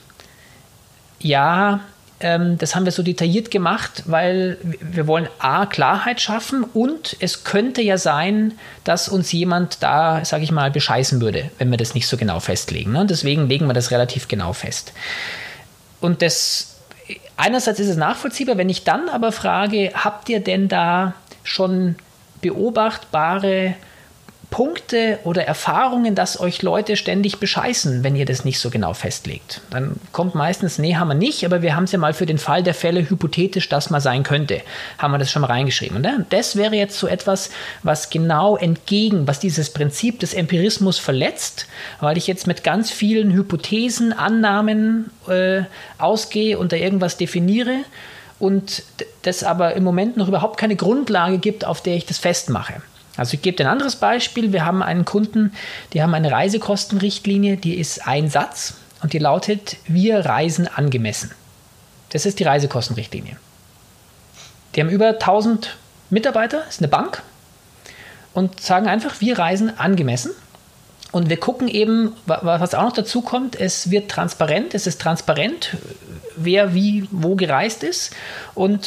ja, das haben wir so detailliert gemacht, weil wir wollen A, Klarheit schaffen und es könnte ja sein, dass uns jemand da, sage ich mal, bescheißen würde, wenn wir das nicht so genau festlegen. Ne? Deswegen legen wir das relativ genau fest. Und einerseits ist es nachvollziehbar, wenn ich dann aber frage, habt ihr denn da schon beobachtbare Punkte oder Erfahrungen, dass euch Leute ständig bescheißen, wenn ihr das nicht so genau festlegt? Dann kommt meistens, nee, haben wir nicht, aber wir haben es ja mal für den Fall der Fälle hypothetisch, dass mal sein könnte, haben wir das schon mal reingeschrieben. Und das wäre jetzt so etwas, was genau was dieses Prinzip des Empirismus verletzt, weil ich jetzt mit ganz vielen Hypothesen, Annahmen ausgehe und da irgendwas definiere und das aber im Moment noch überhaupt keine Grundlage gibt, auf der ich das festmache. Also ich gebe dir ein anderes Beispiel. Wir haben einen Kunden, die haben eine Reisekostenrichtlinie, die ist ein Satz und die lautet, wir reisen angemessen. Das ist die Reisekostenrichtlinie. Die haben über 1000 Mitarbeiter, das ist eine Bank und sagen einfach, wir reisen angemessen. Und wir gucken eben, was auch noch dazu kommt, es ist transparent, wer wie wo gereist ist und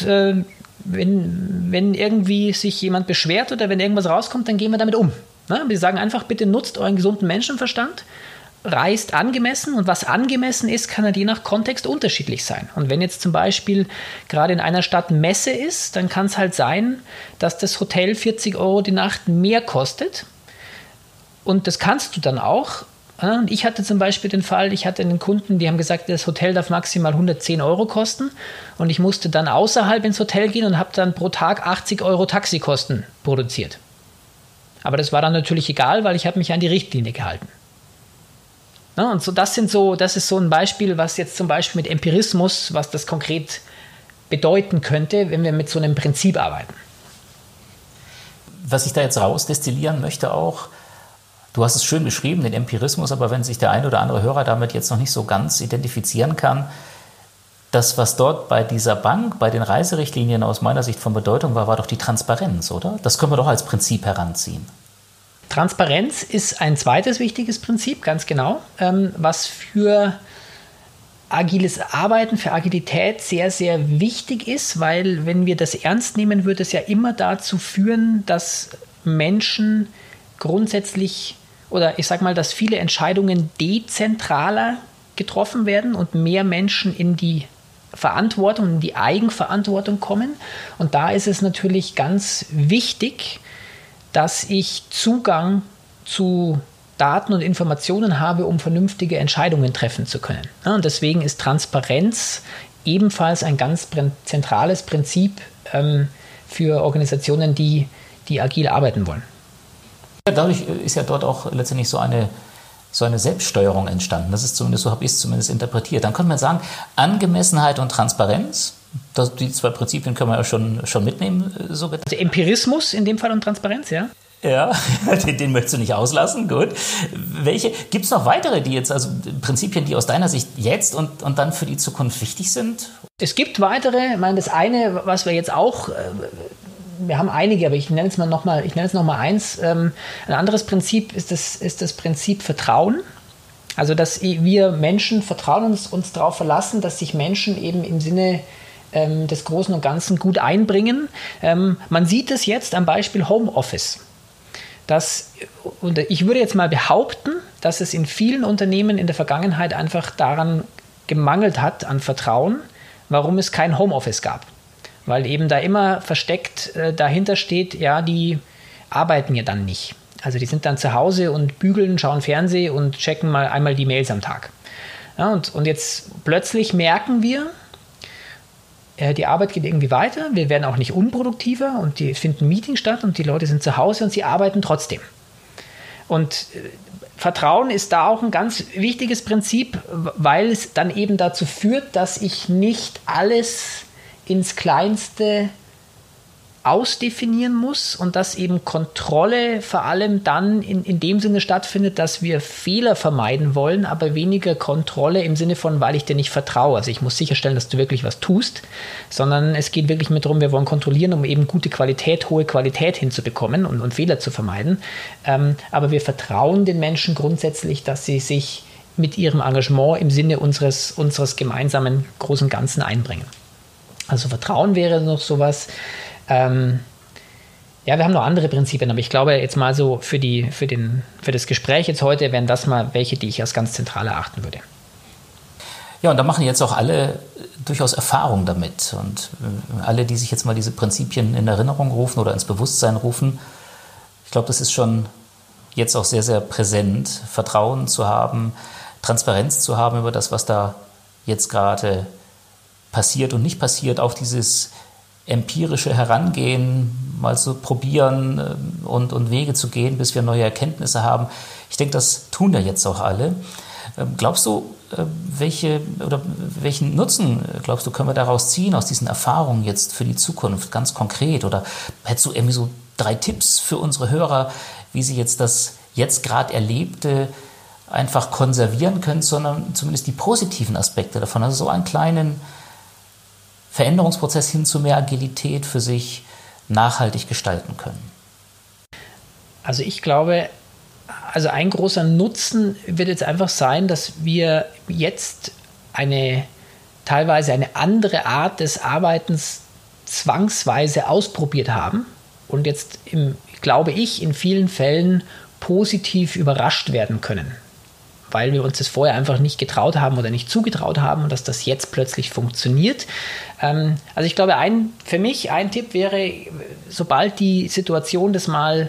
wenn irgendwie sich jemand beschwert oder wenn irgendwas rauskommt, dann gehen wir damit um. Ne? Wir sagen einfach, bitte nutzt euren gesunden Menschenverstand reißt angemessen und was angemessen ist, kann halt je nach Kontext unterschiedlich sein. Und wenn jetzt zum Beispiel gerade in einer Stadt Messe ist, dann kann es halt sein, dass das Hotel 40 Euro die Nacht mehr kostet. Und das kannst du dann auch. Und ich hatte zum Beispiel den Fall, ich hatte einen Kunden, die haben gesagt, das Hotel darf maximal 110 Euro kosten. Und ich musste dann außerhalb ins Hotel gehen und habe dann pro Tag 80 Euro Taxikosten produziert. Aber das war dann natürlich egal, weil ich habe mich an die Richtlinie gehalten. Ja, und das ist so ein Beispiel, was jetzt zum Beispiel mit Empirismus, was das konkret bedeuten könnte, wenn wir mit so einem Prinzip arbeiten. Was ich da jetzt rausdestillieren möchte auch, du hast es schön beschrieben, den Empirismus, aber wenn sich der eine oder andere Hörer damit jetzt noch nicht so ganz identifizieren kann, das, was dort bei dieser Bank, bei den Reiserichtlinien aus meiner Sicht von Bedeutung war, war doch die Transparenz, oder? Das können wir doch als Prinzip heranziehen. Transparenz ist ein zweites wichtiges Prinzip, ganz genau, was für agiles Arbeiten, für Agilität sehr, sehr wichtig ist, weil wenn wir das ernst nehmen, wird es ja immer dazu führen, dass Menschen grundsätzlich oder ich sage mal, dass viele Entscheidungen dezentraler getroffen werden und mehr Menschen in die Verantwortung, in die Eigenverantwortung kommen. Und da ist es natürlich ganz wichtig, dass ich Zugang zu Daten und Informationen habe, um vernünftige Entscheidungen treffen zu können. Ja, und deswegen ist Transparenz ebenfalls ein ganz zentrales Prinzip für Organisationen, die agil arbeiten wollen. Ja, dadurch ist ja dort auch letztendlich so eine Selbststeuerung entstanden. Das ist zumindest, so habe ich es zumindest interpretiert. Dann könnte man sagen, Angemessenheit und Transparenz, die zwei Prinzipien können wir ja schon mitnehmen. So also Empirismus in dem Fall und Transparenz, ja? Ja, den möchtest du nicht auslassen, gut. Gibt es noch weitere, also Prinzipien, die aus deiner Sicht jetzt und dann für die Zukunft wichtig sind? Es gibt weitere. Ich meine, das eine, was wir jetzt auch, wir haben einige, aber ich nenne es noch mal eins. Ein anderes Prinzip ist das Prinzip Vertrauen. Also, dass wir Menschen vertrauen und uns darauf verlassen, dass sich Menschen eben im Sinne des Großen und Ganzen gut einbringen. Man sieht es jetzt am Beispiel Homeoffice. Und ich würde jetzt mal behaupten, dass es in vielen Unternehmen in der Vergangenheit einfach daran gemangelt hat, an Vertrauen, warum es kein Homeoffice gab. Weil eben da immer versteckt dahinter steht, ja, die arbeiten ja dann nicht. Also die sind dann zu Hause und bügeln, schauen Fernsehen und checken mal einmal die Mails am Tag. Ja, und jetzt plötzlich merken wir, die Arbeit geht irgendwie weiter, wir werden auch nicht unproduktiver und die finden Meetings statt und die Leute sind zu Hause und sie arbeiten trotzdem. Und Vertrauen ist da auch ein ganz wichtiges Prinzip, weil es dann eben dazu führt, dass ich nicht alles ins Kleinste ausdefinieren muss und dass eben Kontrolle vor allem dann in dem Sinne stattfindet, dass wir Fehler vermeiden wollen, aber weniger Kontrolle im Sinne von, weil ich dir nicht vertraue. Also ich muss sicherstellen, dass du wirklich was tust, sondern es geht wirklich mehr darum, wir wollen kontrollieren, um eben gute Qualität, hohe Qualität hinzubekommen und Fehler zu vermeiden. Aber wir vertrauen den Menschen grundsätzlich, dass sie sich mit ihrem Engagement im Sinne unseres gemeinsamen großen Ganzen einbringen. Also Vertrauen wäre noch sowas. Ja, wir haben noch andere Prinzipien, aber ich glaube jetzt mal so für das Gespräch jetzt heute wären das mal welche, die ich als ganz zentral erachten würde. Ja, und da machen jetzt auch alle durchaus Erfahrung damit und alle, die sich jetzt mal diese Prinzipien in Erinnerung rufen oder ins Bewusstsein rufen, ich glaube, das ist schon jetzt auch sehr, sehr präsent, Vertrauen zu haben, Transparenz zu haben über das, was da jetzt gerade passiert und nicht passiert, auch dieses empirische Herangehen, mal so probieren und Wege zu gehen, bis wir neue Erkenntnisse haben. Ich denke, das tun ja jetzt auch alle. Glaubst du, welchen Nutzen, glaubst du, können wir daraus ziehen, aus diesen Erfahrungen jetzt für die Zukunft, ganz konkret? Oder hättest du irgendwie so 3 Tipps für unsere Hörer, wie sie jetzt das jetzt gerade Erlebte einfach konservieren können, sondern zumindest die positiven Aspekte davon, also so einen kleinen Veränderungsprozess hin zu mehr Agilität für sich nachhaltig gestalten können? Also ich glaube, ein großer Nutzen wird jetzt einfach sein, dass wir jetzt teilweise eine andere Art des Arbeitens zwangsweise ausprobiert haben und jetzt, glaube ich, in vielen Fällen positiv überrascht werden können. weil wir uns das vorher einfach nicht getraut haben oder nicht zugetraut haben und dass das jetzt plötzlich funktioniert. Also ich glaube, für mich ein Tipp wäre, sobald die Situation das mal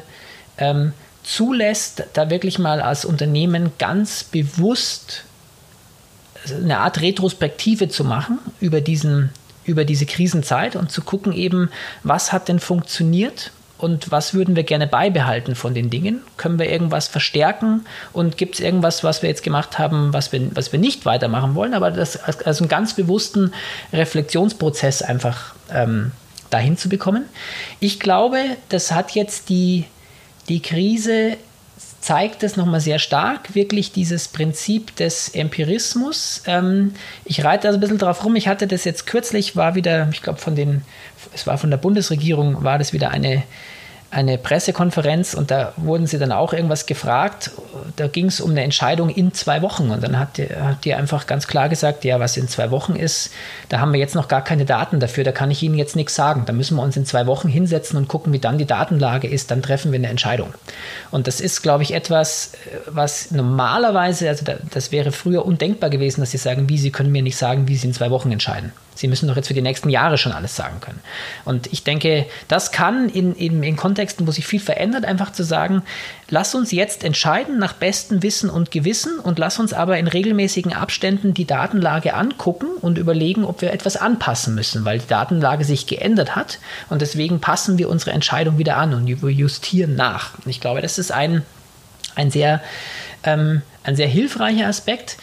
zulässt, da wirklich mal als Unternehmen ganz bewusst eine Art Retrospektive zu machen über diese Krisenzeit und zu gucken eben, was hat denn funktioniert und was würden wir gerne beibehalten von den Dingen? Können wir irgendwas verstärken und gibt es irgendwas, was wir jetzt gemacht haben, was wir nicht weitermachen wollen, aber das als einen ganz bewussten Reflexionsprozess einfach dahin zu bekommen. Ich glaube, das hat jetzt die Krise zeigt es nochmal sehr stark, wirklich dieses Prinzip des Empirismus. Ich reite also ein bisschen drauf rum. Ich hatte das jetzt kürzlich, war wieder, ich glaube es war von der Bundesregierung, war das wieder eine Pressekonferenz und da wurden sie dann auch irgendwas gefragt. Da ging es um eine Entscheidung in 2 Wochen und dann hat die einfach ganz klar gesagt, ja, was in 2 Wochen ist, da haben wir jetzt noch gar keine Daten dafür, da kann ich Ihnen jetzt nichts sagen. Da müssen wir uns in 2 Wochen hinsetzen und gucken, wie dann die Datenlage ist, dann treffen wir eine Entscheidung. Und das ist, glaube ich, etwas, was normalerweise, also das wäre früher undenkbar gewesen, dass Sie sagen, Sie können mir nicht sagen, wie Sie in 2 Wochen entscheiden. Sie müssen doch jetzt für die nächsten Jahre schon alles sagen können. Und ich denke, das kann in Kontexten, wo sich viel verändert, einfach zu sagen, lass uns jetzt entscheiden nach bestem Wissen und Gewissen und lass uns aber in regelmäßigen Abständen die Datenlage angucken und überlegen, ob wir etwas anpassen müssen, weil die Datenlage sich geändert hat und deswegen passen wir unsere Entscheidung wieder an und wir justieren nach. Und ich glaube, das ist ein sehr hilfreicher Aspekt.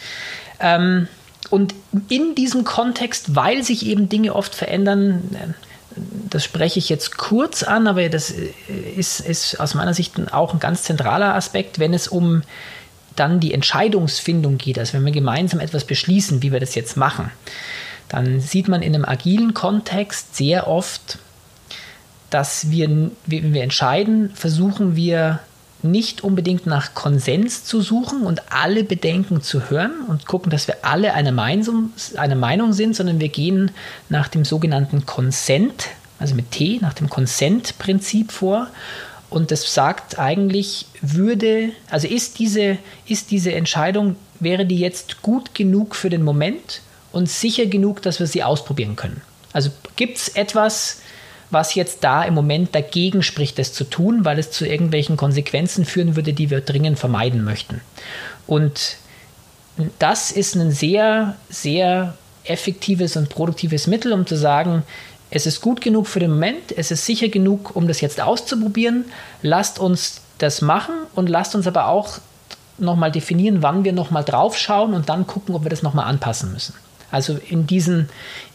Und in diesem Kontext, weil sich eben Dinge oft verändern, das spreche ich jetzt kurz an, aber das ist aus meiner Sicht auch ein ganz zentraler Aspekt, wenn es um dann die Entscheidungsfindung geht, also wenn wir gemeinsam etwas beschließen, wie wir das jetzt machen, dann sieht man in einem agilen Kontext sehr oft, dass wenn wir entscheiden, versuchen wir nicht unbedingt nach Konsens zu suchen und alle Bedenken zu hören und gucken, dass wir alle eine Meinung sind, sondern wir gehen nach dem sogenannten Consent, also mit T, nach dem Consent-Prinzip vor. Und das sagt eigentlich, ist diese Entscheidung, wäre die jetzt gut genug für den Moment und sicher genug, dass wir sie ausprobieren können? Also gibt es etwas, was jetzt da im Moment dagegen spricht, das zu tun, weil es zu irgendwelchen Konsequenzen führen würde, die wir dringend vermeiden möchten. Und das ist ein sehr, sehr effektives und produktives Mittel, um zu sagen, es ist gut genug für den Moment, es ist sicher genug, um das jetzt auszuprobieren, lasst uns das machen und lasst uns aber auch nochmal definieren, wann wir nochmal drauf schauen und dann gucken, ob wir das nochmal anpassen müssen. Also in diesen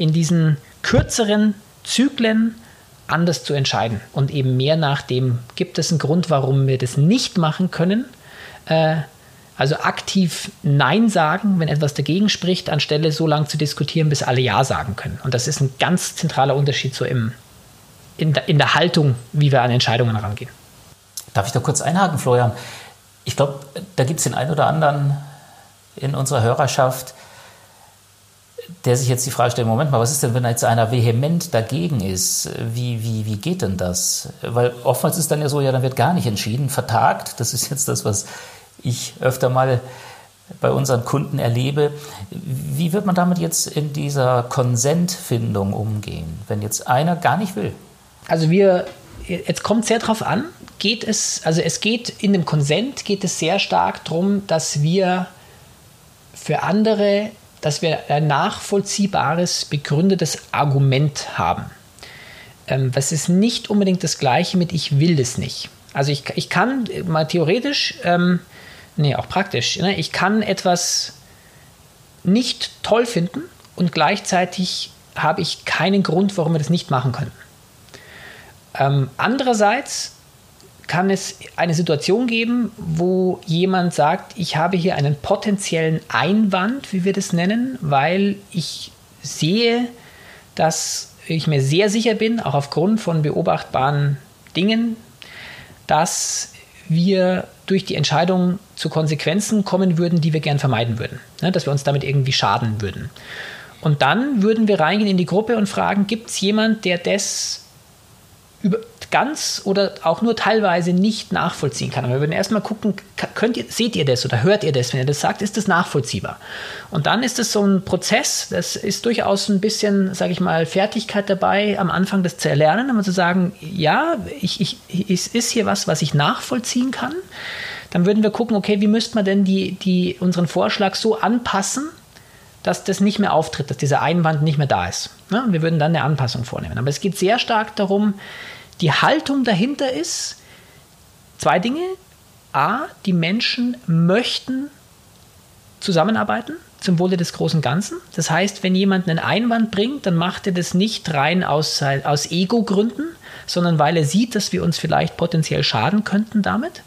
kürzeren Zyklen anders zu entscheiden und eben mehr nach dem, gibt es einen Grund, warum wir das nicht machen können, also aktiv Nein sagen, wenn etwas dagegen spricht, anstelle so lange zu diskutieren, bis alle Ja sagen können. Und das ist ein ganz zentraler Unterschied so in der Haltung, wie wir an Entscheidungen rangehen. Darf ich da kurz einhaken, Florian? Ich glaube, da gibt es den einen oder anderen in unserer Hörerschaft, der sich jetzt die Frage stellt, Moment mal, was ist denn, wenn jetzt einer vehement dagegen ist? Wie geht denn das? Weil oftmals ist dann ja so, ja, dann wird gar nicht entschieden, vertagt. Das ist jetzt das, was ich öfter mal bei unseren Kunden erlebe. Wie wird man damit jetzt in dieser Konsentfindung umgehen, wenn jetzt einer gar nicht will? Also jetzt kommt es sehr drauf an, in dem Konsent geht es sehr stark darum, dass wir ein nachvollziehbares, begründetes Argument haben. Das ist nicht unbedingt das Gleiche mit ich will das nicht. Also ich kann mal theoretisch, auch praktisch, ne, ich kann etwas nicht toll finden und gleichzeitig habe ich keinen Grund, warum wir das nicht machen können. Andererseits kann es eine Situation geben, wo jemand sagt, ich habe hier einen potenziellen Einwand, wie wir das nennen, weil ich sehe, dass ich mir sehr sicher bin, auch aufgrund von beobachtbaren Dingen, dass wir durch die Entscheidung zu Konsequenzen kommen würden, die wir gern vermeiden würden, ne, dass wir uns damit irgendwie schaden würden. Und dann würden wir reingehen in die Gruppe und fragen, gibt es jemand, der das ganz oder auch nur teilweise nicht nachvollziehen kann. Aber wir würden erstmal gucken, seht ihr das oder hört ihr das? Wenn ihr das sagt, ist das nachvollziehbar? Und dann ist es so ein Prozess, das ist durchaus ein bisschen, sage ich mal, Fertigkeit dabei, am Anfang das zu erlernen, aber zu sagen, ja, es ist hier was ich nachvollziehen kann. Dann würden wir gucken, okay, wie müsste man denn unseren Vorschlag so anpassen, dass das nicht mehr auftritt, dass dieser Einwand nicht mehr da ist. Ja, und wir würden dann eine Anpassung vornehmen. Aber es geht sehr stark darum, die Haltung dahinter ist, 2 Dinge. A, die Menschen möchten zusammenarbeiten zum Wohle des großen Ganzen. Das heißt, wenn jemand einen Einwand bringt, dann macht er das nicht rein aus Ego-Gründen, sondern weil er sieht, dass wir uns vielleicht potenziell schaden könnten damit.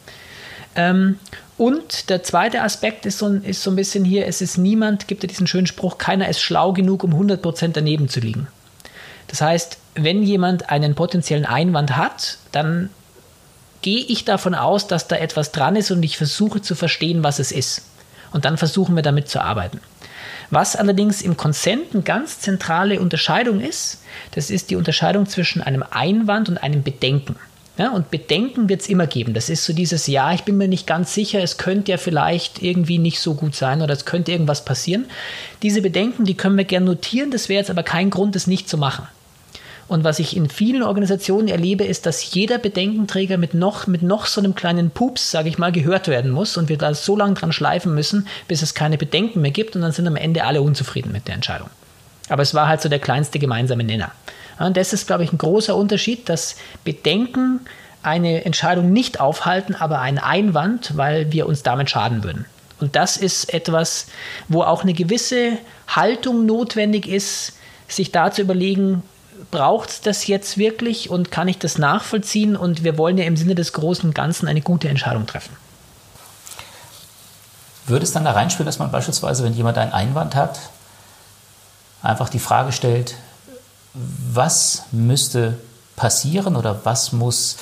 Und der zweite Aspekt ist so ein bisschen hier, gibt ja diesen schönen Spruch, keiner ist schlau genug, um 100% daneben zu liegen. Das heißt, wenn jemand einen potenziellen Einwand hat, dann gehe ich davon aus, dass da etwas dran ist und ich versuche zu verstehen, was es ist. Und dann versuchen wir damit zu arbeiten. Was allerdings im Consent eine ganz zentrale Unterscheidung ist, das ist die Unterscheidung zwischen einem Einwand und einem Bedenken. Ja, und Bedenken wird es immer geben. Das ist so dieses, ja, ich bin mir nicht ganz sicher, es könnte ja vielleicht irgendwie nicht so gut sein oder es könnte irgendwas passieren. Diese Bedenken, die können wir gerne notieren, das wäre jetzt aber kein Grund, das nicht zu machen. Und was ich in vielen Organisationen erlebe, ist, dass jeder Bedenkenträger mit noch so einem kleinen Pups, sage ich mal, gehört werden muss und wir da so lange dran schleifen müssen, bis es keine Bedenken mehr gibt und dann sind am Ende alle unzufrieden mit der Entscheidung. Aber es war halt so der kleinste gemeinsame Nenner. Und das ist, glaube ich, ein großer Unterschied, dass Bedenken eine Entscheidung nicht aufhalten, aber einen Einwand, weil wir uns damit schaden würden. Und das ist etwas, wo auch eine gewisse Haltung notwendig ist, sich da zu überlegen, braucht es das jetzt wirklich und kann ich das nachvollziehen? Und wir wollen ja im Sinne des großen und Ganzen eine gute Entscheidung treffen. Würde es dann da reinspielen, dass man beispielsweise, wenn jemand einen Einwand hat, einfach die Frage stellt, was müsste passieren oder was muss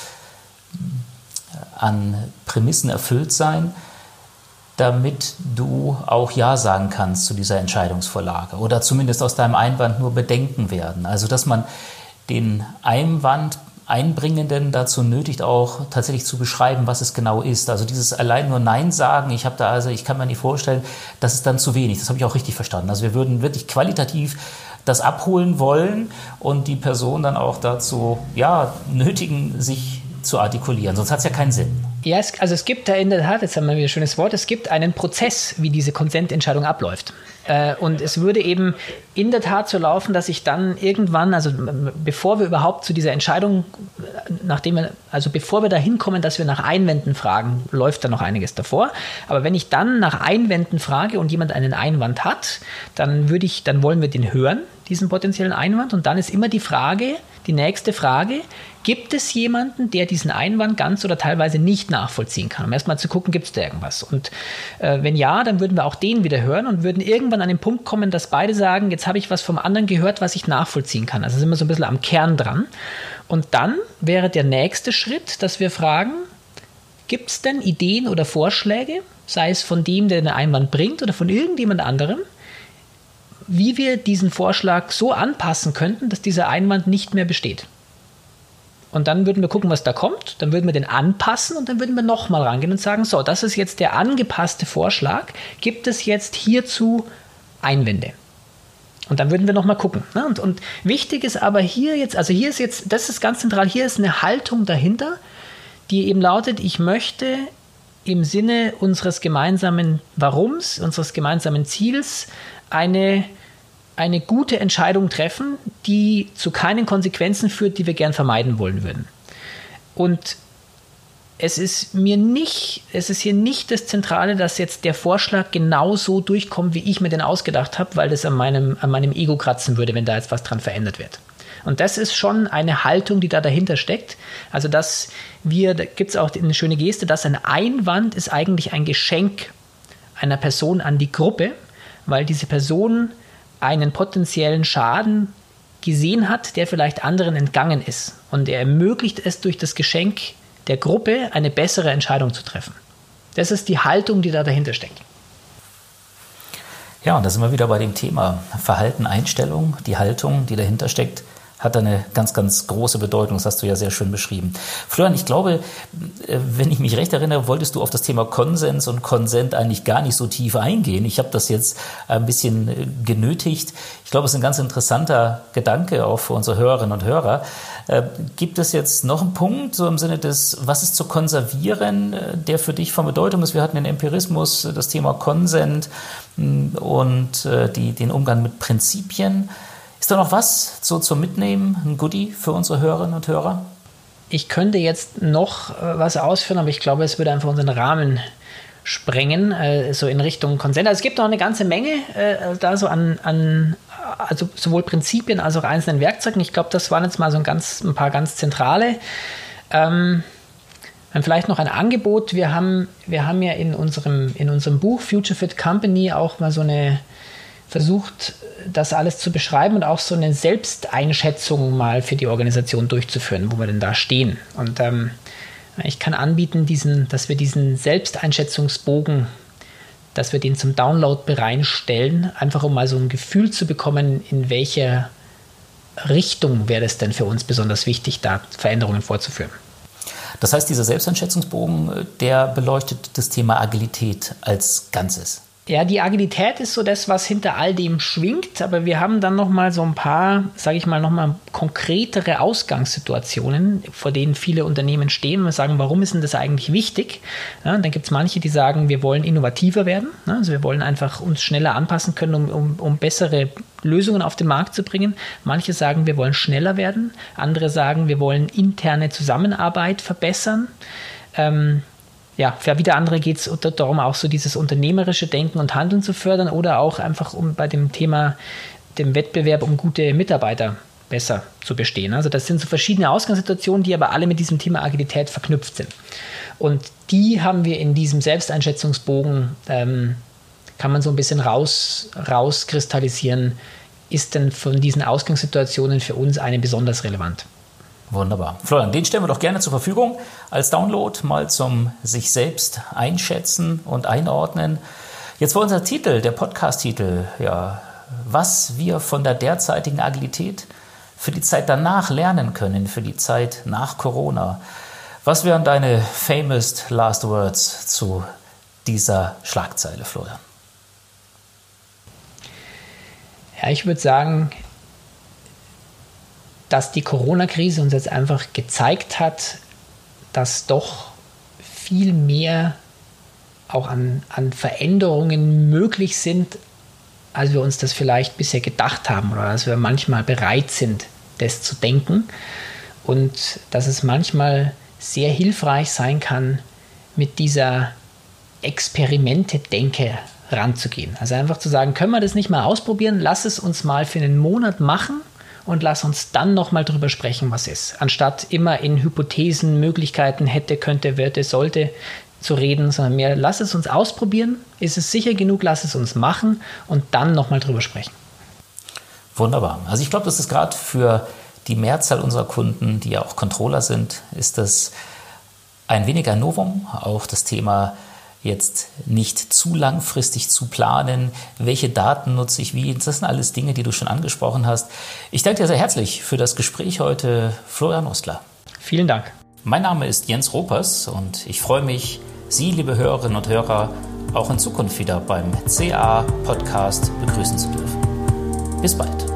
an Prämissen erfüllt sein, damit du auch Ja sagen kannst zu dieser Entscheidungsvorlage oder zumindest aus deinem Einwand nur Bedenken werden. Also dass man den Einwand Einbringenden dazu nötigt, auch tatsächlich zu beschreiben, was es genau ist. Also dieses allein nur Nein sagen, ich kann mir nicht vorstellen, das ist dann zu wenig. Das habe ich auch richtig verstanden. Also wir würden wirklich qualitativ das abholen wollen und die Person dann auch dazu nötigen, sich zu artikulieren. Sonst hat es ja keinen Sinn. Ja, es gibt da in der Tat, jetzt haben wir wieder ein schönes Wort, es gibt einen Prozess, wie diese Consent-Entscheidung abläuft. Und es würde eben in der Tat so laufen, dass ich dann irgendwann, also bevor wir überhaupt zu dieser Entscheidung, bevor wir da hinkommen, dass wir nach Einwänden fragen, läuft da noch einiges davor. Aber wenn ich dann nach Einwänden frage und jemand einen Einwand hat, dann wollen wir den hören, diesen potenziellen Einwand. Und dann ist immer die nächste Frage, gibt es jemanden, der diesen Einwand ganz oder teilweise nicht nachvollziehen kann? Um erstmal zu gucken, gibt es da irgendwas? Und wenn ja, dann würden wir auch den wieder hören und würden irgendwann an den Punkt kommen, dass beide sagen, jetzt habe ich was vom anderen gehört, was ich nachvollziehen kann. Also sind wir so ein bisschen am Kern dran. Und dann wäre der nächste Schritt, dass wir fragen, gibt es denn Ideen oder Vorschläge, sei es von dem, der den Einwand bringt oder von irgendjemand anderem, wie wir diesen Vorschlag so anpassen könnten, dass dieser Einwand nicht mehr besteht? Und dann würden wir gucken, was da kommt, dann würden wir den anpassen und dann würden wir nochmal rangehen und sagen, so, das ist jetzt der angepasste Vorschlag, gibt es jetzt hierzu Einwände? Und dann würden wir nochmal gucken. Ne? Und wichtig ist aber das ist ganz zentral, hier ist eine Haltung dahinter, die eben lautet, ich möchte im Sinne unseres gemeinsamen Warums, unseres gemeinsamen Ziels eine gute Entscheidung treffen, die zu keinen Konsequenzen führt, die wir gern vermeiden wollen würden. Und es ist hier nicht das Zentrale, dass jetzt der Vorschlag genau so durchkommt, wie ich mir den ausgedacht habe, weil das an meinem Ego kratzen würde, wenn da jetzt was dran verändert wird. Und das ist schon eine Haltung, die da dahinter steckt. Also da gibt es auch eine schöne Geste, dass ein Einwand ist eigentlich ein Geschenk einer Person an die Gruppe, weil diese Person einen potenziellen Schaden gesehen hat, der vielleicht anderen entgangen ist. Und er ermöglicht es durch das Geschenk der Gruppe, eine bessere Entscheidung zu treffen. Das ist die Haltung, die da dahinter steckt. Ja, und da sind wir wieder bei dem Thema Verhalten, Einstellung, die Haltung, die dahinter steckt, hat eine ganz, ganz große Bedeutung. Das hast du ja sehr schön beschrieben. Florian, ich glaube, wenn ich mich recht erinnere, wolltest du auf das Thema Konsens und Konsent eigentlich gar nicht so tief eingehen. Ich habe das jetzt ein bisschen genötigt. Ich glaube, es ist ein ganz interessanter Gedanke auch für unsere Hörerinnen und Hörer. Gibt es jetzt noch einen Punkt, so im Sinne des, was ist zu konservieren, der für dich von Bedeutung ist? Wir hatten den Empirismus, das Thema Konsent und den Umgang mit Prinzipien. Ist da noch was so zum Mitnehmen, ein Goodie für unsere Hörerinnen und Hörer? Ich könnte jetzt noch was ausführen, aber ich glaube, es würde einfach unseren Rahmen sprengen, so in Richtung Konsent. Also es gibt noch eine ganze Menge da so also sowohl Prinzipien als auch einzelnen Werkzeugen. Ich glaube, das waren jetzt mal so ein paar ganz zentrale. Vielleicht noch ein Angebot. Wir haben ja in unserem Buch Future Fit Company auch mal so versucht, das alles zu beschreiben und auch so eine Selbsteinschätzung mal für die Organisation durchzuführen, wo wir denn da stehen. Und ich kann anbieten, dass wir diesen Selbsteinschätzungsbogen, dass wir den zum Download bereitstellen, einfach um mal so ein Gefühl zu bekommen, in welcher Richtung wäre es denn für uns besonders wichtig, da Veränderungen vorzuführen. Das heißt, dieser Selbsteinschätzungsbogen, der beleuchtet das Thema Agilität als Ganzes. Ja, die Agilität ist so das, was hinter all dem schwingt, aber wir haben dann nochmal so ein paar, sage ich mal, nochmal konkretere Ausgangssituationen, vor denen viele Unternehmen stehen und sagen, warum ist denn das eigentlich wichtig? Ja, dann gibt es manche, die sagen, wir wollen innovativer werden, also wir wollen einfach uns schneller anpassen können, um bessere Lösungen auf den Markt zu bringen. Manche sagen, wir wollen schneller werden, andere sagen, wir wollen interne Zusammenarbeit verbessern. Wieder andere geht es darum, auch so dieses unternehmerische Denken und Handeln zu fördern oder auch einfach bei dem Thema, dem Wettbewerb um gute Mitarbeiter besser zu bestehen. Also das sind so verschiedene Ausgangssituationen, die aber alle mit diesem Thema Agilität verknüpft sind. Und die haben wir in diesem Selbsteinschätzungsbogen, kann man so ein bisschen rauskristallisieren, ist denn von diesen Ausgangssituationen für uns eine besonders relevant. Wunderbar. Florian, den stellen wir doch gerne zur Verfügung als Download, mal zum sich selbst einschätzen und einordnen. Jetzt war unser Titel, der Podcast-Titel, was wir von der derzeitigen Agilität für die Zeit danach lernen können, für die Zeit nach Corona. Was wären deine famous last words zu dieser Schlagzeile, Florian? Ja, ich würde sagen, dass die Corona-Krise uns jetzt einfach gezeigt hat, dass doch viel mehr auch an Veränderungen möglich sind, als wir uns das vielleicht bisher gedacht haben oder als wir manchmal bereit sind, das zu denken. Und dass es manchmal sehr hilfreich sein kann, mit dieser Experimente-Denke ranzugehen. Also einfach zu sagen, können wir das nicht mal ausprobieren? Lass es uns mal für einen Monat machen. Und lass uns dann nochmal drüber sprechen, was ist. Anstatt immer in Hypothesen, Möglichkeiten, hätte, könnte, würde, sollte zu reden, sondern mehr, lass es uns ausprobieren. Ist es sicher genug, lass es uns machen und dann nochmal drüber sprechen. Wunderbar. Also ich glaube, das ist gerade für die Mehrzahl unserer Kunden, die ja auch Controller sind, ist das ein weniger Novum. Auch das Thema jetzt nicht zu langfristig zu planen, welche Daten nutze ich wie. Das sind alles Dinge, die du schon angesprochen hast. Ich danke dir sehr herzlich für das Gespräch heute, Florian Ostler. Vielen Dank. Mein Name ist Jens Ropers und ich freue mich, Sie, liebe Hörerinnen und Hörer, auch in Zukunft wieder beim CA-Podcast begrüßen zu dürfen. Bis bald.